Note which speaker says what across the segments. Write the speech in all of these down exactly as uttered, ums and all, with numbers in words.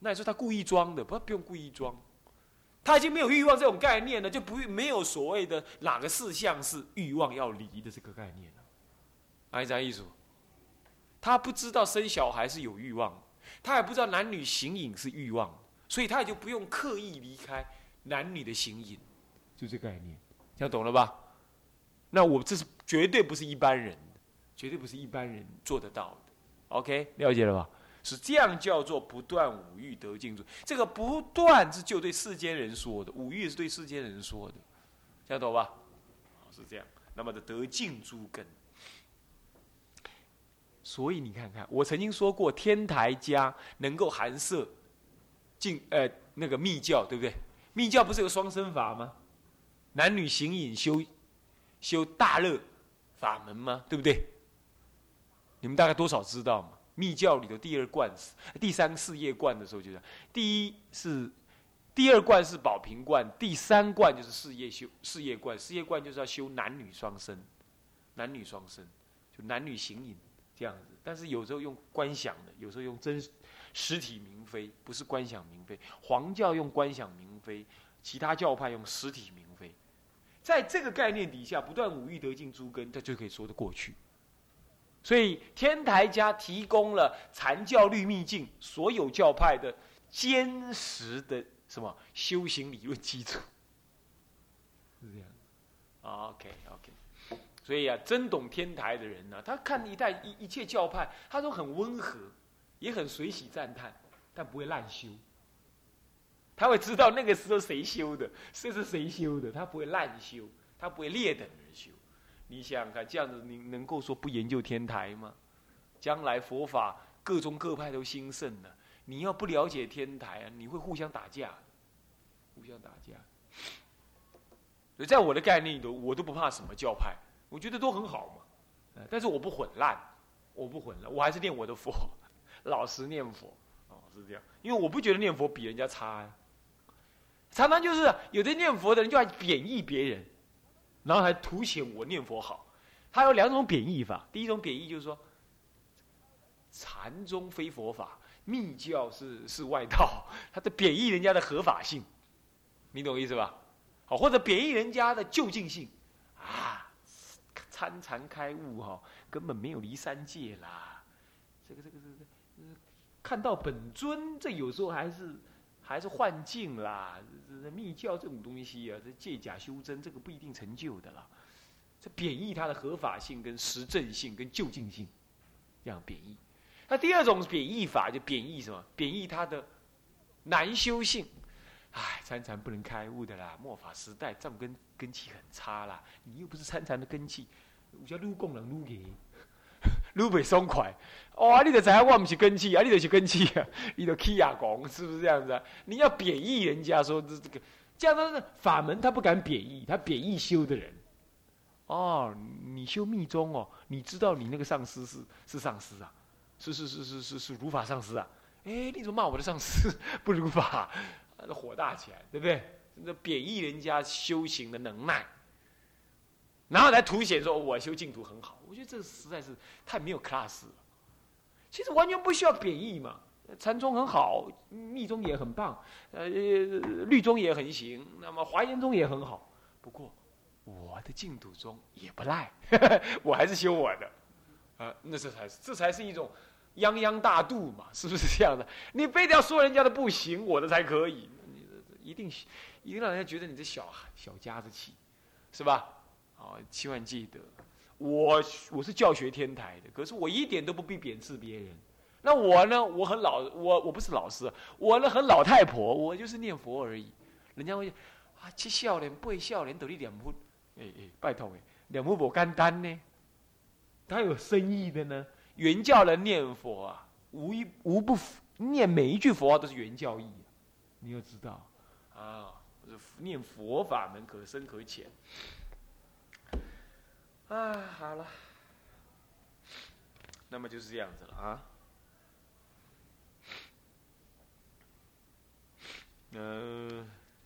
Speaker 1: 那你说他故意装的，不不用故意装，他已经没有欲望这种概念了，就不没有所谓的哪个事项是欲望要离的这个概念了。哎，啥意思？他不知道生小孩是有欲望，他也不知道男女形影是欲望，所以他也就不用刻意离开男女的形影，就这个概念，这样懂了吧？那我这是绝对不是一般人，绝对不是一般人做得到的。OK， 了解了吧？是这样叫做不断五欲得尽诸。这个不断是就对世间人说的，五欲是对世间人说的，这样懂吧？是这样。那么的得尽诸根。所以你看看，我曾经说过，天台家能够含摄净呃那个密教，对不对？密教不是有双生法吗？男女行隐修修大乐法门吗？对不对？你们大概多少知道嘛？密教里头第二观、第三事业观的时候，就是第一是第二观是宝瓶观，第三观就是事业修事业观。事业观就是要修男女双生，男女双生就男女行隐这样子。但是有时候用观想的，有时候用真实体明非，不是观想明非。黄教用观想明非，其他教派用实体明非。在这个概念底下，不断五欲得尽诸根，它就可以说得过去。所以天台家提供了禅教律密境所有教派的坚实的什么修行理论基础，是这样。OK OK， 所以啊，真懂天台的人呢、啊，他看一代一一切教派，他都很温和，也很随喜赞叹，但不会滥修。他会知道那个时候谁修的，这是谁修的，他不会滥修，他不会劣等而修。你想想看，这样子你能够说不研究天台吗？将来佛法各宗各派都兴盛了，你要不了解天台啊，你会互相打架，互相打架。所以在我的概念里头，我都不怕什么教派，我觉得都很好嘛。但是我不混烂，我不混烂，我还是念我的佛，老实念佛。哦，是这样，因为我不觉得念佛比人家差呀、啊。常常就是有的念佛的人就爱贬义别人。然后还凸显我念佛好，他有两种贬义法。第一种贬义就是说，禅宗非佛法，密教是是外道，他的贬义人家的合法性，你懂意思吧？好，或者贬义人家的究竟性啊，参禅开悟哈、哦，根本没有离三界啦。这个这个这个，呃、看到本尊，这有时候还是。还是幻境啦，这密教这种东西啊，这借假修真，这个不一定成就的啦。这贬义它的合法性、跟实证性、跟究竟性，这样贬义。那第二种贬义法就贬义什么？贬义它的难修性。哎，参禅不能开悟的啦，末法时代藏根根气很差啦，你又不是参禅的根气，有叫愈供人愈硬。愈袂爽快，哇！你就知道我不是根气啊，你就是根气啊，你就气亚公，是不是这样子啊？你要贬义人家说这这个，这样的法门他不敢贬义，他贬义修的人。哦，你修密宗哦，你知道你那个上师是是上师啊，是是是是是是如法上师啊。哎，你怎么骂我的上师不如法？火大起来，对不对？这贬义人家修行的能耐。然后来凸显说，我修净土很好，我觉得这实在是太没有 class 了。其实完全不需要贬义嘛，禅宗很好，密宗也很棒，呃，律宗也很行，那么华严宗也很好。不过我的净土宗也不赖，我还是修我的，啊，那这才是这才是一种泱泱大度嘛，是不是这样的？你非得要说人家的不行，我的才可以，你一定一定让人家觉得你这小小家子气，是吧？啊，千万记得，我我是教学天台的，可是我一点都不必贬斥别人。那我呢？我很老，我我不是老师，我呢很老太婆，我就是念佛而已。人家会啊，七少年、八少年都你念佛，哎哎，拜托哎，念佛不简单呢，他有深意的呢。原教人念佛啊，无一无不念每一句佛话都是原教义、啊，你要知道啊，念佛法门可深可浅。啊，好了，那么就是这样子了啊。呃，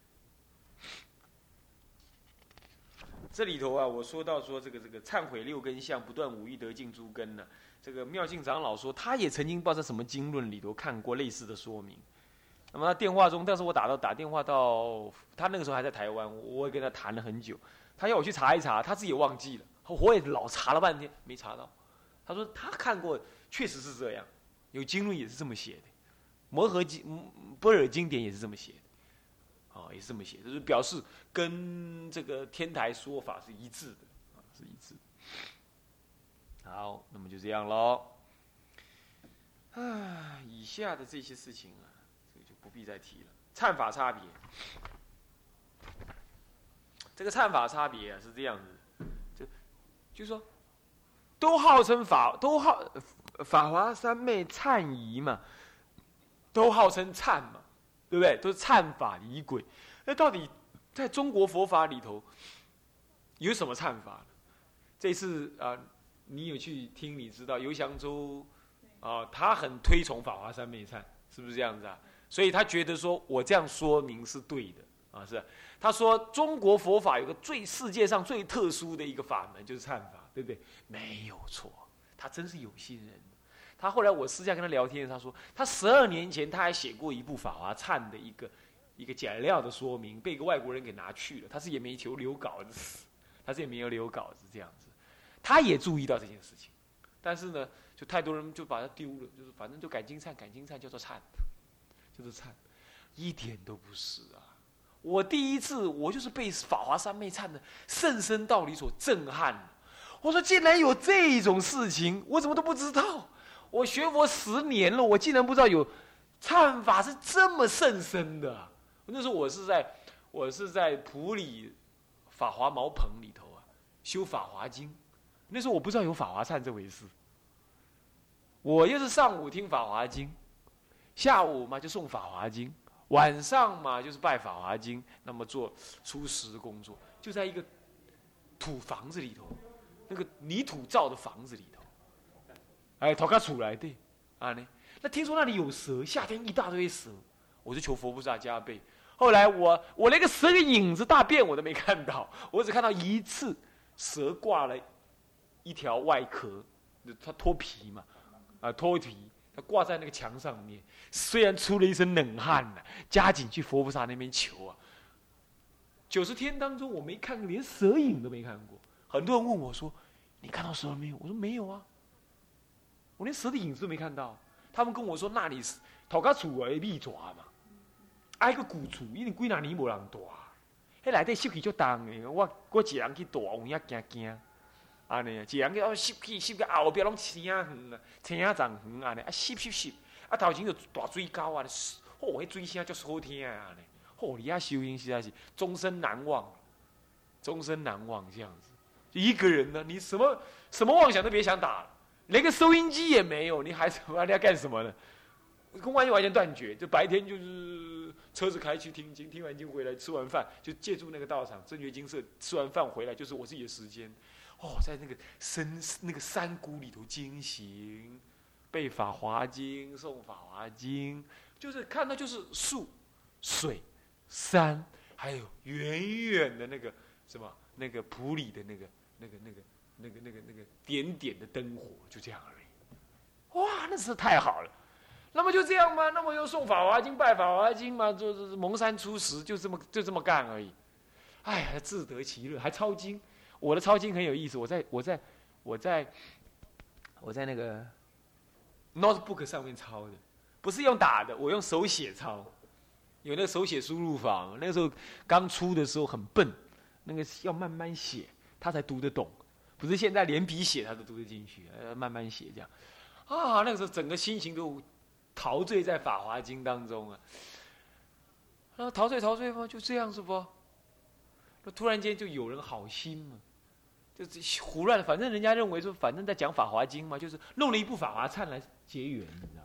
Speaker 1: 这里头啊，我说到说这个这个忏悔六根相，不断五欲得尽诸根呢、啊。这个妙净长老说，他也曾经不知道在什么经论里头看过类似的说明。 那么他电话中，但是我打到打电话到他那个时候还在台湾，我也跟他谈了很久，他要我去查一查，他自己也忘记了，我也老查了半天没查到。他说他看过，确实是这样，有经论也是这么写的，摩诃经、般若经典也是这么写的，啊、哦，也是这么写，就是表示跟这个天台说法是一致的，啊，是一致的。好，那么就这样喽。啊，以下的这些事情啊，这个就不必再提了。忏法差别，这个忏法差别啊是这样子，就就是说，都号称法，都号法华三昧忏仪嘛，都号称忏嘛，对不对？都是忏法仪轨。那到底在中国佛法里头有什么忏法呢？这次啊、呃，你有去听，你知道游祥洲。啊、哦，他很推崇法华三昧忏，是不是这样子啊？所以他觉得说我这样说明是对的啊，是。他说中国佛法有个最世界上最特殊的一个法门，就是忏法，对不对？没有错，他真是有心人。他后来我私下跟他聊天，他说他十二年前他还写过一部法华忏的一个一个简料的说明，被一个外国人给拿去了，他是也没求留稿子，他是也没有留稿子这样子。他也注意到这件事情，但是呢。就太多人就把它丢了，就是反正就改经忏，改经忏叫做忏，就是忏，一点都不是啊！我第一次我就是被法华三昧忏的甚深道理所震撼了。我说竟然有这种事情，我怎么都不知道？我学佛十年了，我竟然不知道有忏法是这么甚深的、啊。那时候我是在我是在埔里法华茅棚里头啊修法华经，那时候我不知道有法华忏这回事。我又是上午听法华经，下午嘛就诵法华经，晚上嘛就是拜法华经，那么做初十工作，就在一个土房子里头，那个泥土造的房子里头，哎，头壳出来对，啊呢，那听说那里有蛇，夏天一大堆蛇，我就求佛菩萨加被。后来我我连个蛇的影子大便我都没看到，我只看到一次蛇挂了一条外壳，它脱皮嘛。啊，脱皮，它挂在那个墙上面，虽然出了一身冷汗呐、啊，加紧去佛菩萨那边求啊。九十天当中，我没看过，连蛇影都没看过。很多人问我说：“你看到蛇没有？”我说：“没有啊，我连蛇的影子都没看到。”他们跟我说：“那里是头壳厝的利爪嘛，挨个古厝，因为几廿年无人住，迄内底湿气足重的，我我一人去住，有影惊惊。”安尼啊，一人去哦，湿气湿个后壁拢青啊远啊，青啊长远安尼，啊湿湿湿，啊头前就大水沟啊，哦，迄水声足好听啊安尼，哦，你遐修行实在是终身难忘，终身难忘这样子。一个人呢，你什么什么妄想都别想打了，连个收音机也没有，你还你要干什么呢？跟完全完全断绝，就白天就是车子开去听经，听完经回来，吃完饭就借助那个道场正觉精舍，吃完饭回来就是我自己的时间。哦，在那个深那个山谷里头经行，背法华经、诵法华经，就是看到就是树、水、山，还有远远的那个什么那个埔里的那个那个那个那个那个那个点点的灯火，就这样而已。哇，那是太好了。那么就这样吗？那么又诵法华经、拜法华经嘛，就是蒙山出石，就这么就这么干而已。哎呀，自得其乐，还抄经。我的抄经很有意思，我在我在我在我在那个 notebook 上面抄的，不是用打的，我用手写抄。有那个手写输入法，那个时候刚出的时候很笨，那个要慢慢写，他才读得懂，不是现在连笔写他都读得进去，呃，慢慢写这样。啊，那个时候整个心情都陶醉在法华经当中啊。然后陶醉陶醉吗？就这样是不？那突然间就有人好心嘛。就是胡乱，反正人家认为说，反正在讲《法华经》嘛，就是弄了一部《法华忏》来结缘，你知道吗？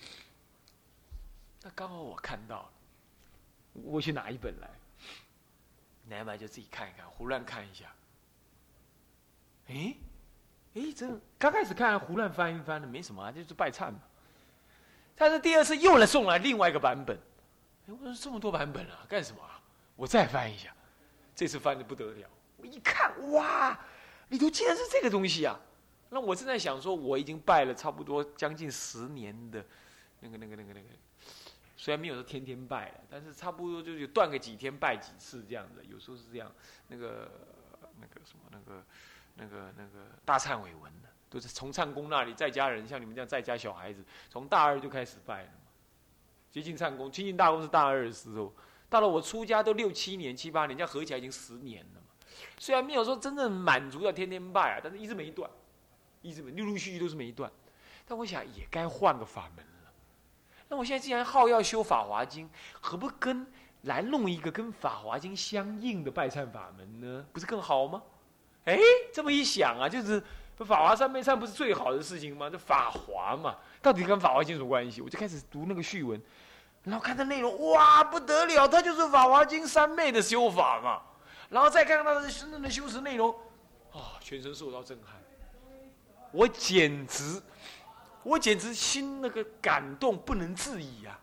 Speaker 1: 那刚好我看到了，我去拿一本来，拿来就自己看一看，胡乱看一下。哎，哎，这刚开始看胡乱翻一翻的，没什么啊，就是拜忏嘛。但是第二次又来送来另外一个版本，哎，我说这么多版本啊，干什么啊？我再翻一下，这次翻的不得了，我一看，哇！里头竟然是这个东西啊！那我正在想说，我已经拜了差不多将近十年的，那个、那个、那个、那个虽然没有说天天拜了，但是差不多就是断个几天拜几次这样子，有时候是这样。那个那个什么那个那个那个大忏悔文呢，都是从忏公那里在家人，像你们这样在家小孩子，从大二就开始拜了嘛。接近忏公，亲近大公是大二的时候，到了我出家都六七年、七八年，这样合起来已经十年了嘛。虽然没有说真正满足到天天拜啊，但是一直没断，一直陆陆续续都是没断。但我想也该换个法门了。那我现在既然好要修《法华经》，何不跟来弄一个跟《法华经》相应的拜忏法门呢？不是更好吗？哎，这么一想啊，就是《法华三昧忏》不是最好的事情吗？这法华嘛，到底跟《法华经》有什么关系？我就开始读那个序文，然后看它内容，哇，不得了，它就是《法华经》三昧的修法嘛。然后再看看它的真正的修持内容，啊，全身受到震撼，我简直。我简直心那个感动不能自已啊！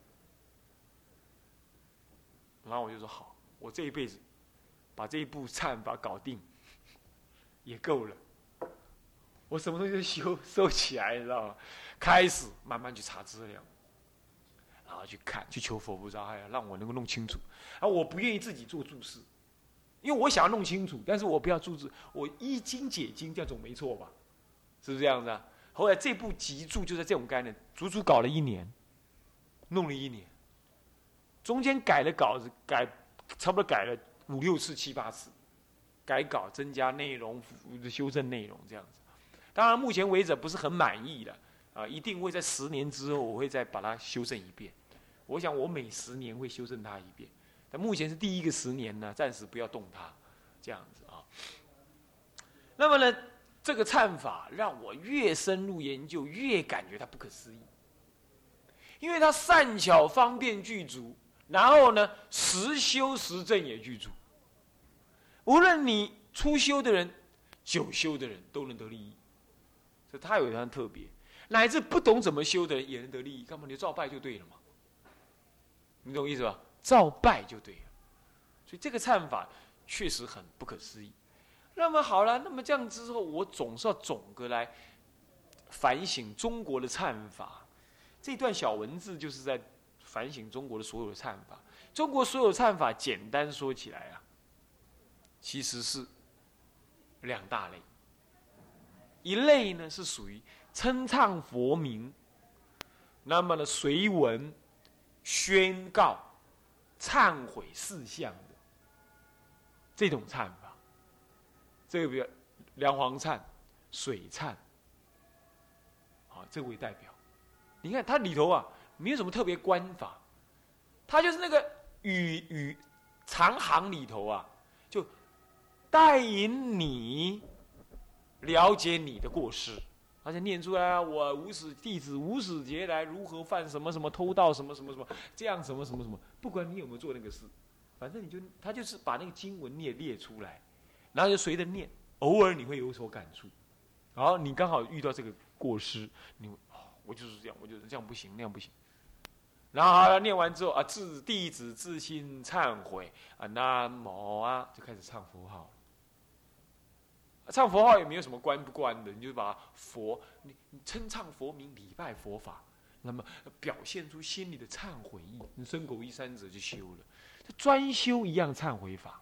Speaker 1: 然后我就说好，我这一辈子把这一部忏法搞定也够了。我什么东西都修收起来，你知道吗？开始慢慢去查资料，然后去看，去求佛菩萨，哎呀，让我能够弄清楚。啊，我不愿意自己做注释，因为我想要弄清楚，但是我不要注释，我依经解经，这样总没错吧？是不是这样子啊？后来这部集注就在这种概念，足足搞了一年，弄了一年，中间改了稿子，改差不多改了五六次、七八次，改稿、增加内容、修正内容这样子。当然，目前为止不是很满意的啊，一定会在十年之后，我会再把它修正一遍。我想我每十年会修正它一遍，但目前是第一个十年呢，暂时不要动它，这样子啊。那么呢？这个忏法让我越深入研究，越感觉它不可思议，因为它善巧方便具足，然后呢，实修实证也具足。无论你初修的人、久修的人，都能得利益，所以它有它的特别。乃至不懂怎么修的人也能得利益，干嘛？你就照拜就对了嘛，你懂意思吧？照拜就对了。所以这个忏法确实很不可思议。那么好了，那么这样之后，我总是要总个来反省中国的忏法。这段小文字就是在反省中国的所有的忏法。中国所有忏法，简单说起来啊，其实是两大类。一类呢是属于称唱佛名，那么呢随文宣告忏悔事项的这种忏法。这个比如梁皇忏、水忏，啊，这个为代表。你看它里头啊，没有什么特别观法，它就是那个语语长行里头啊，就带引你了解你的过失，而且念出来啊，我无始弟子无始劫来如何犯什么什么偷盗什么什么什么，这样什么什么什么，不管你有没有做那个事，反正你就他就是把那个经文列列出来。然后就随着念，偶尔你会有所感触，然后你刚好遇到这个过失，你哦，我就是这样，我就是这样不行，那样不行。然后好了，念完之后啊，自弟子自心忏悔啊，南无啊，就开始唱佛号。唱佛号也没有什么关不关的，你就把佛，你你称唱佛名，礼拜佛法，那么表现出心里的忏悔意，你身口意三者就修了，就专修一样忏悔法。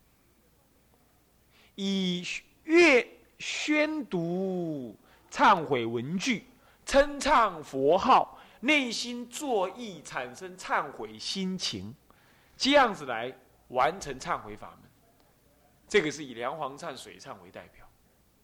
Speaker 1: 以阅宣读忏悔文句，称唱佛号，内心作意产生忏悔心情，这样子来完成忏悔法门。这个是以梁皇忏、水忏为代表。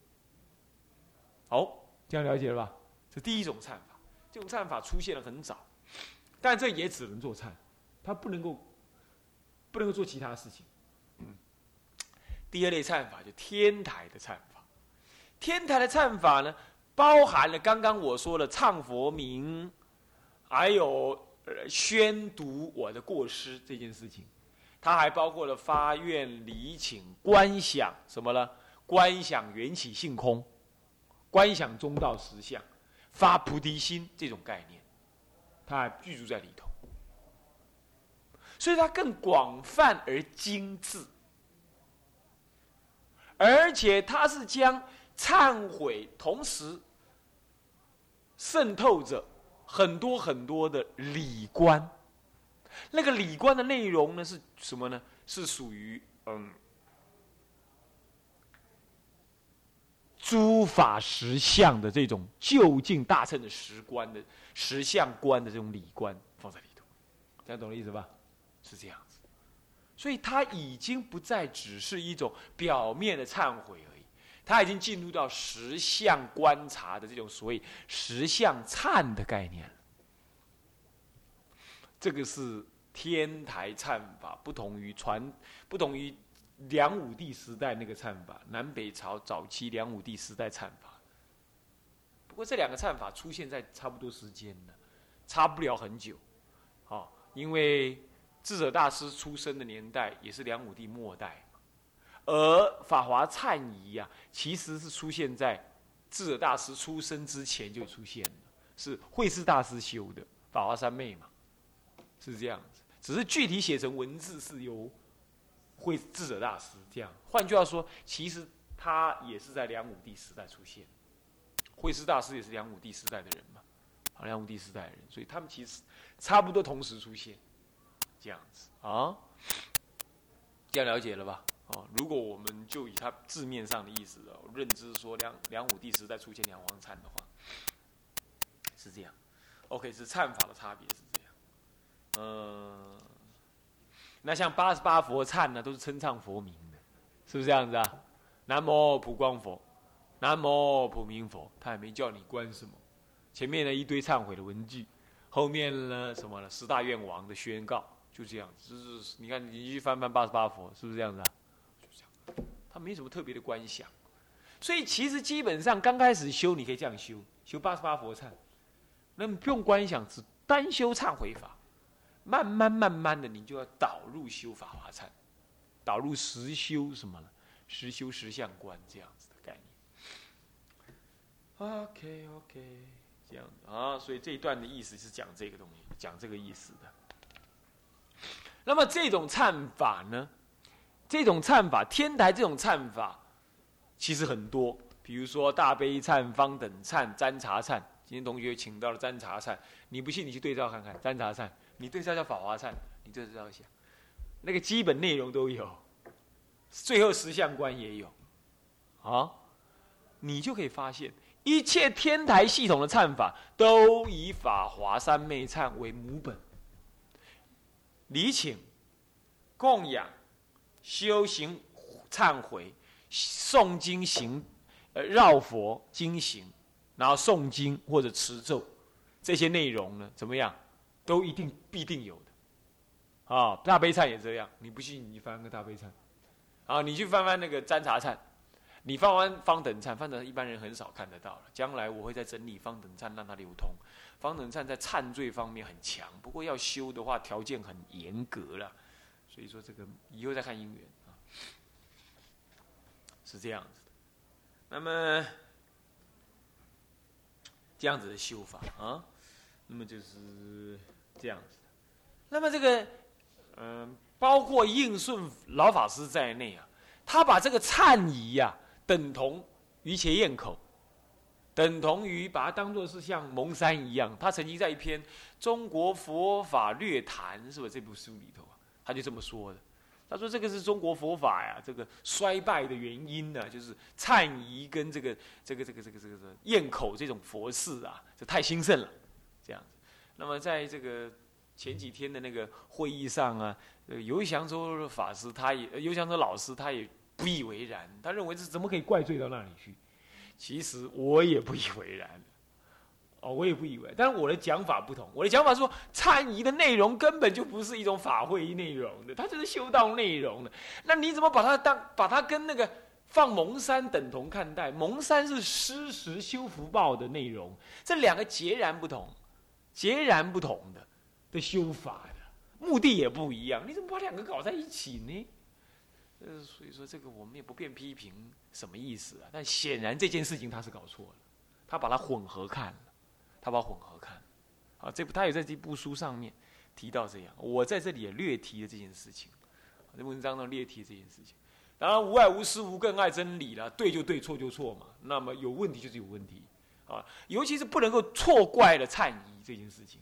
Speaker 1: 好，这样了解了吧？这第一种忏法，这种忏法出现的很早，但这也只能做忏，它不能够不能够做其他事情。第二类忏法就天台的忏法，天台的忏法呢，包含了刚刚我说的唱佛名，还有宣读我的过失这件事情，它还包括了发愿、礼请、观想什么呢？观想缘起性空，观想中道实相，发菩提心这种概念，它还具足在里头，所以它更广泛而精致。而且它是将忏悔同时渗透着很多很多的理观， 那个理观的内容呢是什么呢？是属于嗯诸法实相的这种究竟大乘的实观的实相观的这种理观放在里头，这样懂我的意思吧？是这样子，所以它已经不再只是一种表面的忏悔而已，它已经进入到实相观察的这种所谓实相忏的概念了。这个是天台忏法，不同于传，不同于梁武帝时代那个忏法，南北朝早期梁武帝时代忏法。不过这两个忏法出现在差不多时间呢，差不了很久，哦，因为智者大师出生的年代也是梁武帝末代，而法华忏仪啊，其实是出现在智者大师出生之前就出现了，是慧思大师修的法华三昧嘛。是这样子，只是具体写成文字是由慧智者大师这样。换句话说，其实他也是在梁武帝时代出现，慧思大师也是梁武帝时代的人嘛，啊，梁武帝时代的人，所以他们其实差不多同时出现，这样子啊，这样了解了吧？哦，如果我们就以他字面上的意思哦，认知说梁梁武帝时代出现梁皇忏的话，是这样。OK， 是忏法的差别是。嗯，那像八十八佛忏呢，都是称唱佛名的，是不是这样子啊？南无普光佛，南无普明佛，他也没叫你观什么。前面呢一堆忏悔的文句，后面呢什么呢？十大愿王的宣告，就这样子。就是你看，你去翻翻八十八佛，是不是这样子啊？就这样，他没什么特别的观想。所以其实基本上刚开始修，你可以这样修，修八十八佛忏，那么不用观想，只单修忏悔法。慢慢慢慢的，你就要导入修法华忏，导入实修什么呢？实修实相观这样子的概念。OK OK， 这样子啊，所以这一段的意思是讲这个东西，讲这个意思的。那么这种忏法呢，这种忏法，天台这种忏法，其实很多，比如说大悲忏、方等忏、占察忏。今天同学请到了占察忏，你不信你去对照看看占察忏。你对照叫法华忏，你对照一下，那个基本内容都有，最后实相观也有，啊，你就可以发现，一切天台系统的忏法都以法华三昧忏为母本，礼请、供养、修行、忏悔、诵经行、呃绕佛经行，然后诵经或者持咒，这些内容呢，怎么样？都一定必定有的，啊，大悲忏也这样。你不信，你翻个大悲忏，啊，你去翻翻那个占察忏，你翻翻方等忏，方等忏一般人很少看得到了。将来我会再整理方等忏，让它流通。方等忏在忏罪方面很强，不过要修的话，条件很严格了。所以说这个以后再看因缘啊，是这样子的。那么这样子的修法啊。那么就是这样子的。那么这个，嗯、呃，包括应顺老法师在内啊，他把这个忏仪啊，等同于切咽口，等同于把它当作是像蒙山一样。他曾经在一篇《中国佛法略谈》是吧这部书里头啊，他就这么说的。他说这个是中国佛法呀，这个衰败的原因呢，就是忏仪跟这个这个这个这个这个这个咽口这种佛事啊，这太兴盛了。这样子，那么在这个前几天的那个会议上啊，呃，游祥洲法师他也，游祥洲老师他也不以为然，他认为这怎么可以怪罪到那里去？其实我也不以为然，哦，我也不以为，但是我的讲法不同，我的讲法说忏仪的内容根本就不是一种法会内容的，它就是修道内容的。那你怎么把它当把它跟那个放蒙山等同看待？蒙山是施食修福报的内容，这两个截然不同。截然不同的的修法的目的也不一样，你怎么把两个搞在一起呢？呃，所以说这个我们也不便批评什么意思啊。但显然这件事情他是搞错了，他把它混合看了，他把它混合看了。啊，这部他也在这部书上面提到这样，我在这里也略提了这件事情。这文章中略提这件事情。当然无爱无师无更爱真理了，对就对，错就错嘛。那么有问题就是有问题。啊，尤其是不能够错怪了忏仪这件事情，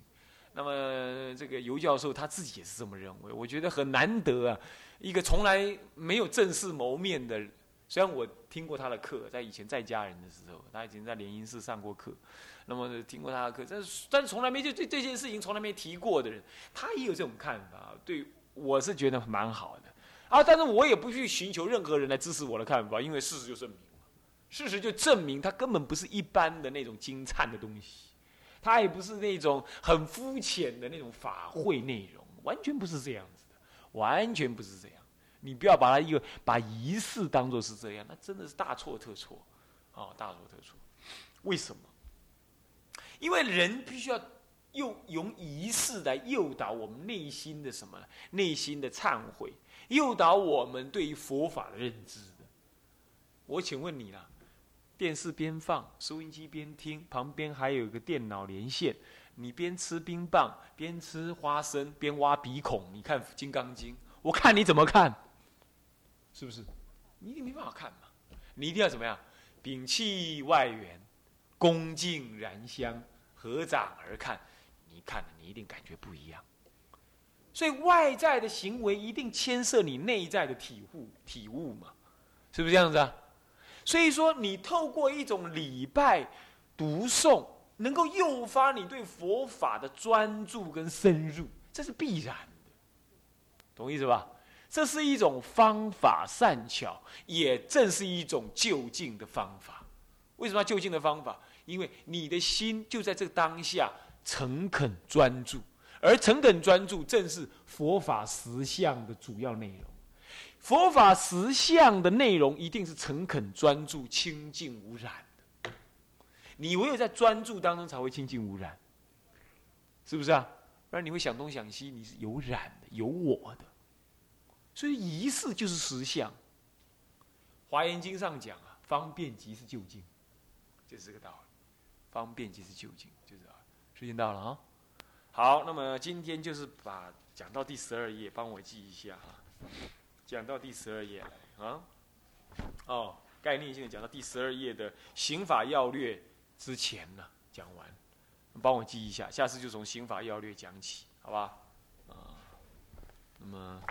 Speaker 1: 那么这个尤教授他自己也是这么认为，我觉得很难得啊，一个从来没有正式谋面的人。虽然我听过他的课，在以前在家人的时候，他以前在联姻寺上过课，那么听过他的课，但是但是从来没就对这件事情从来没提过的人，他也有这种看法，对我是觉得蛮好的啊。但是我也不去寻求任何人来支持我的看法，因为事实就证明了，事实就证明他根本不是一般的那种精灿的东西，他也不是那种很肤浅的那种法会内容，完全不是这样子的，完全不是这样。你不要把它一个把仪式当作是这样，那真的是大错特错，哦，大错特错。为什么？因为人必须要用用仪式来诱导我们内心的什么呢？内心的忏悔，诱导我们对于佛法的认知的。我请问你啦，电视边放，收音机边听，旁边还有一个电脑连线，你边吃冰棒，边吃花生，边挖鼻孔，你看《金刚经》，我看你怎么看？是不是？你一定没办法看嘛！你一定要怎么样？摒弃外缘，恭敬燃香，合掌而看。你看了，你一定感觉不一样。所以外在的行为一定牵涉你内在的体悟、体悟嘛，是不是这样子啊？所以说，你透过一种礼拜、读诵，能够诱发你对佛法的专注跟深入，这是必然的，懂意思吧？这是一种方法善巧，也正是一种就近的方法。为什么要就近的方法？因为你的心就在这个当下诚恳专注，而诚恳专注正是佛法实相的主要内容。佛法实相的内容一定是诚恳专注、清净无染的。你唯有在专注当中才会清净无染，是不是啊？不然你会想东想西，你是有染的，有我的。所以仪式就是实相。华严经上讲啊，方便即是就近，就是这个道理。方便即是就近，就是啊，时间到了啊。好，那么今天就是把讲到第十二页，帮我记一下啊。讲到第十二页来啊，哦，概念性的讲到第十二页的刑法要略之前呢，讲完，帮我记一下，下次就从刑法要略讲起，好吧？啊，那么。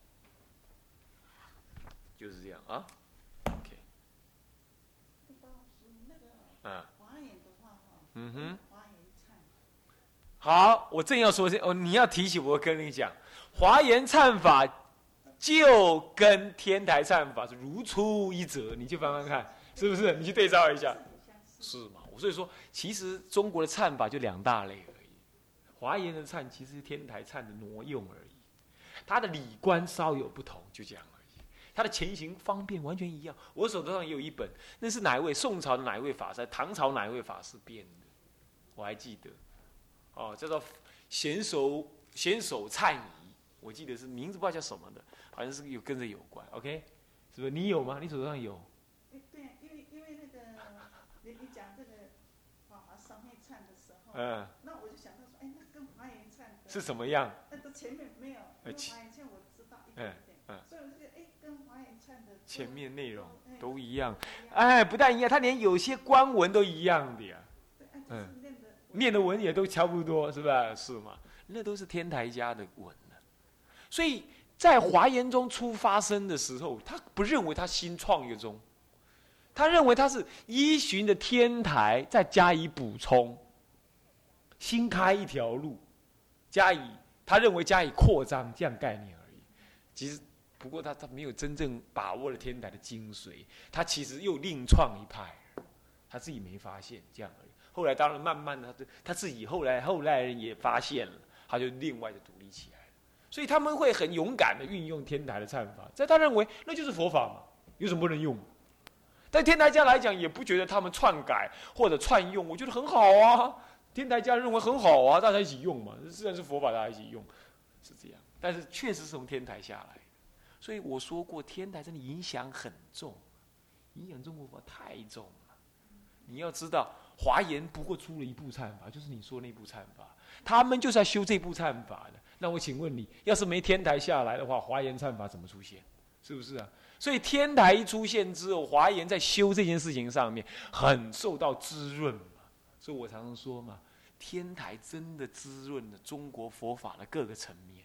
Speaker 1: 就是这样啊 ，OK。嗯。嗯哼。好，我正要说这哦，你要提起我跟你讲，华严忏法就跟天台忏法是如出一辙，你去翻翻看，是不是？你去对照一下，是嘛？所以说，其实中国的忏法就两大类而已，华严的忏其实是天台忏的挪用而已，它的理观稍有不同，就这样。它的前行方便完全一样。我手头上也有一本，那是哪一位宋朝的哪一位法师，唐朝哪一位法师编的，我还记得。哦，叫做贤手贤手忏仪，我记得是名字不知道叫什么的，好像是有跟着有关。OK， 是不是？你有吗？你手头上有？
Speaker 2: 对，因为因为那个你你讲这个法华三昧忏的时候，
Speaker 1: 嗯，
Speaker 2: 那我就想到说，哎，那跟华严忏
Speaker 1: 是什么样？
Speaker 2: 那个前面没有，因为华严忏我知道一点点，嗯，所以我就觉得，哎，跟华严忏的
Speaker 1: 前面内容都一样，哎，不但一样，它连有些官文都一样的呀。嗯。念的文也都差不多，是吧？是嘛？那都是天台家的文呢。所以在华严中初发生的时候，他不认为他新创一个宗，他认为他是依循着天台再加以补充，新开一条路，加以他认为加以扩张这样概念而已。其实不过他他没有真正把握了天台的精髓，他其实又另创一派，他自己没发现这样而已。后来当然慢慢的，他自己后来后来也发现了，他就另外的独立起来了。所以他们会很勇敢的运用天台的忏法，在他认为那就是佛法嘛，有什么不能用？但天台家来讲，也不觉得他们篡改或者篡用，我觉得很好啊。天台家认为很好啊，大家一起用嘛，自然是佛法，大家一起用，是这样。但是确实是从天台下来的，所以我说过，天台真的影响很重，影响中国佛法太重了。你要知道，华严不过出了一部忏法，就是你说那部忏法，他们就是要修这部忏法的。那我请问你，要是没天台下来的话，华严忏法怎么出现？是不是啊？所以天台一出现之后，华严在修这件事情上面很受到滋润嘛。所以我常常说嘛， 天台真的滋润了中国佛法的各个层面。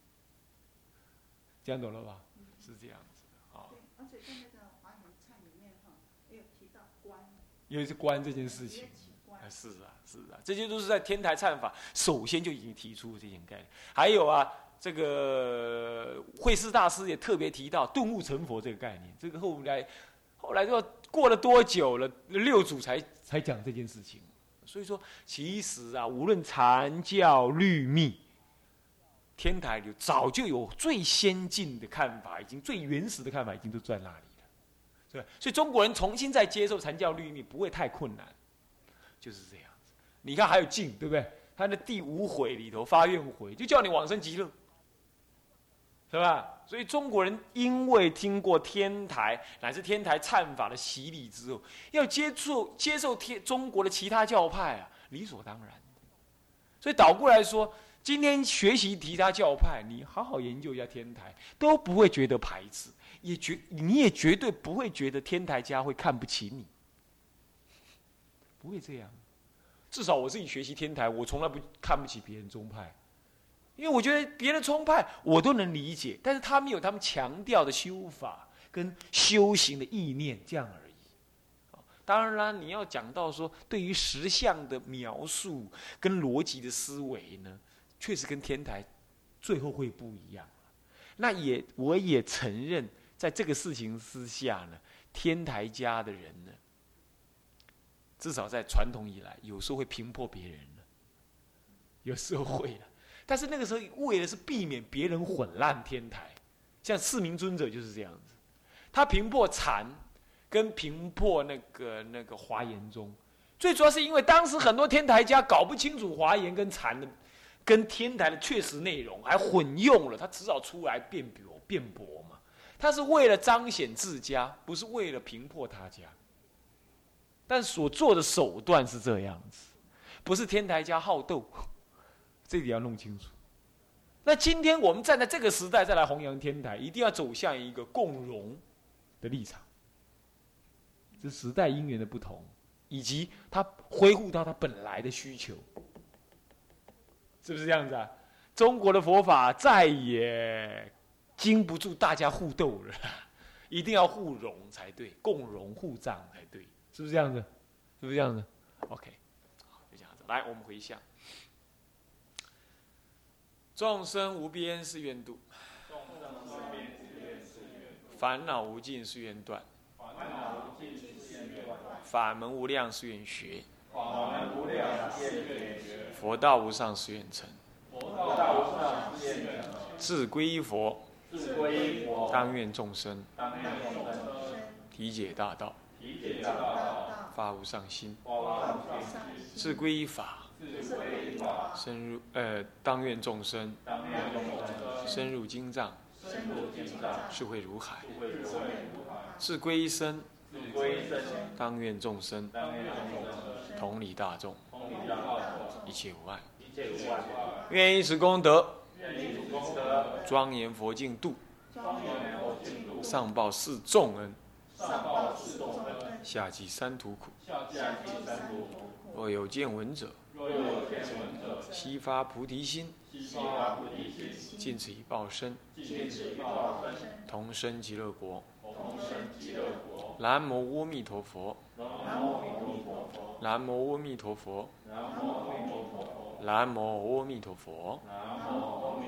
Speaker 1: 这样懂了吧？是这样子的啊。
Speaker 2: 而且在那个华严忏里面哈，也有提到观，
Speaker 1: 因为是观这件事情。啊，是啊，是啊，这些都是在天台忏法首先就已经提出这件概念。还有啊，这个慧思大师也特别提到顿悟成佛这个概念。这个后来后来就过了多久了？六祖才才讲这件事情。所以说，其实啊，无论禅教、律密，天台里早就有最先进的看法，已经最原始的看法，已经都在那里了，对吧？所以中国人重新再接受禅教、律密，不会太困难，就是这样子。你看还有净，对不对？他的第五回里头发愿回，就叫你往生极乐，是吧？所以中国人因为听过天台乃至天台忏法的洗礼之后，要接受接受天中国的其他教派啊，理所当然。所以倒过来说，今天学习其他教派，你好好研究一下天台，都不会觉得排斥，也绝你也绝对不会觉得天台家会看不起你，不会这样。至少我自己学习天台，我从来不看不起别人宗派。因为我觉得别的宗派我都能理解，但是他们有他们强调的修法跟修行的意念，这样而已。当然啦，你要讲到说对于实相的描述跟逻辑的思维呢，确实跟天台最后会不一样。那也我也承认，在这个事情之下呢，天台家的人呢，至少在传统以来，有时候会评破别人了，有时候会了。但是那个时候为的是避免别人混乱天台，像四明尊者就是这样子，他评破禅跟评破那个那个华严宗，最主要是因为当时很多天台家搞不清楚华严跟禅的跟天台的确实内容，还混用了，他迟早出来辩驳辩驳嘛。他是为了彰显自家，不是为了评破他家，但所做的手段是这样子，不是天台家好斗。这点要弄清楚。那今天我们站在这个时代再来弘扬天台，一定要走向一个共荣的立场。这时代因缘的不同，以及它恢复到它本来的需求，是不是这样子啊？中国的佛法再也经不住大家互斗了，一定要互融才对，共荣互藏才对，是不是这样子？是不是这样子 ？OK， 就这样子。来，我们回向。众生无边誓愿度，烦恼无尽誓愿断，法门无量誓愿学，佛道无上誓愿成。自归依佛，当愿众生体解大道，发无上心。自归依法，深入呃，当愿众生深入经藏，智慧如海。自归依身，当愿众生同理大众，一切无碍。愿以此功德，庄严佛净土，上报四重恩，下济三途苦。若有见闻者，悉发菩提心，尽此一报身，同生极乐国。南无阿弥陀佛，南无阿弥陀佛，南无阿弥陀佛。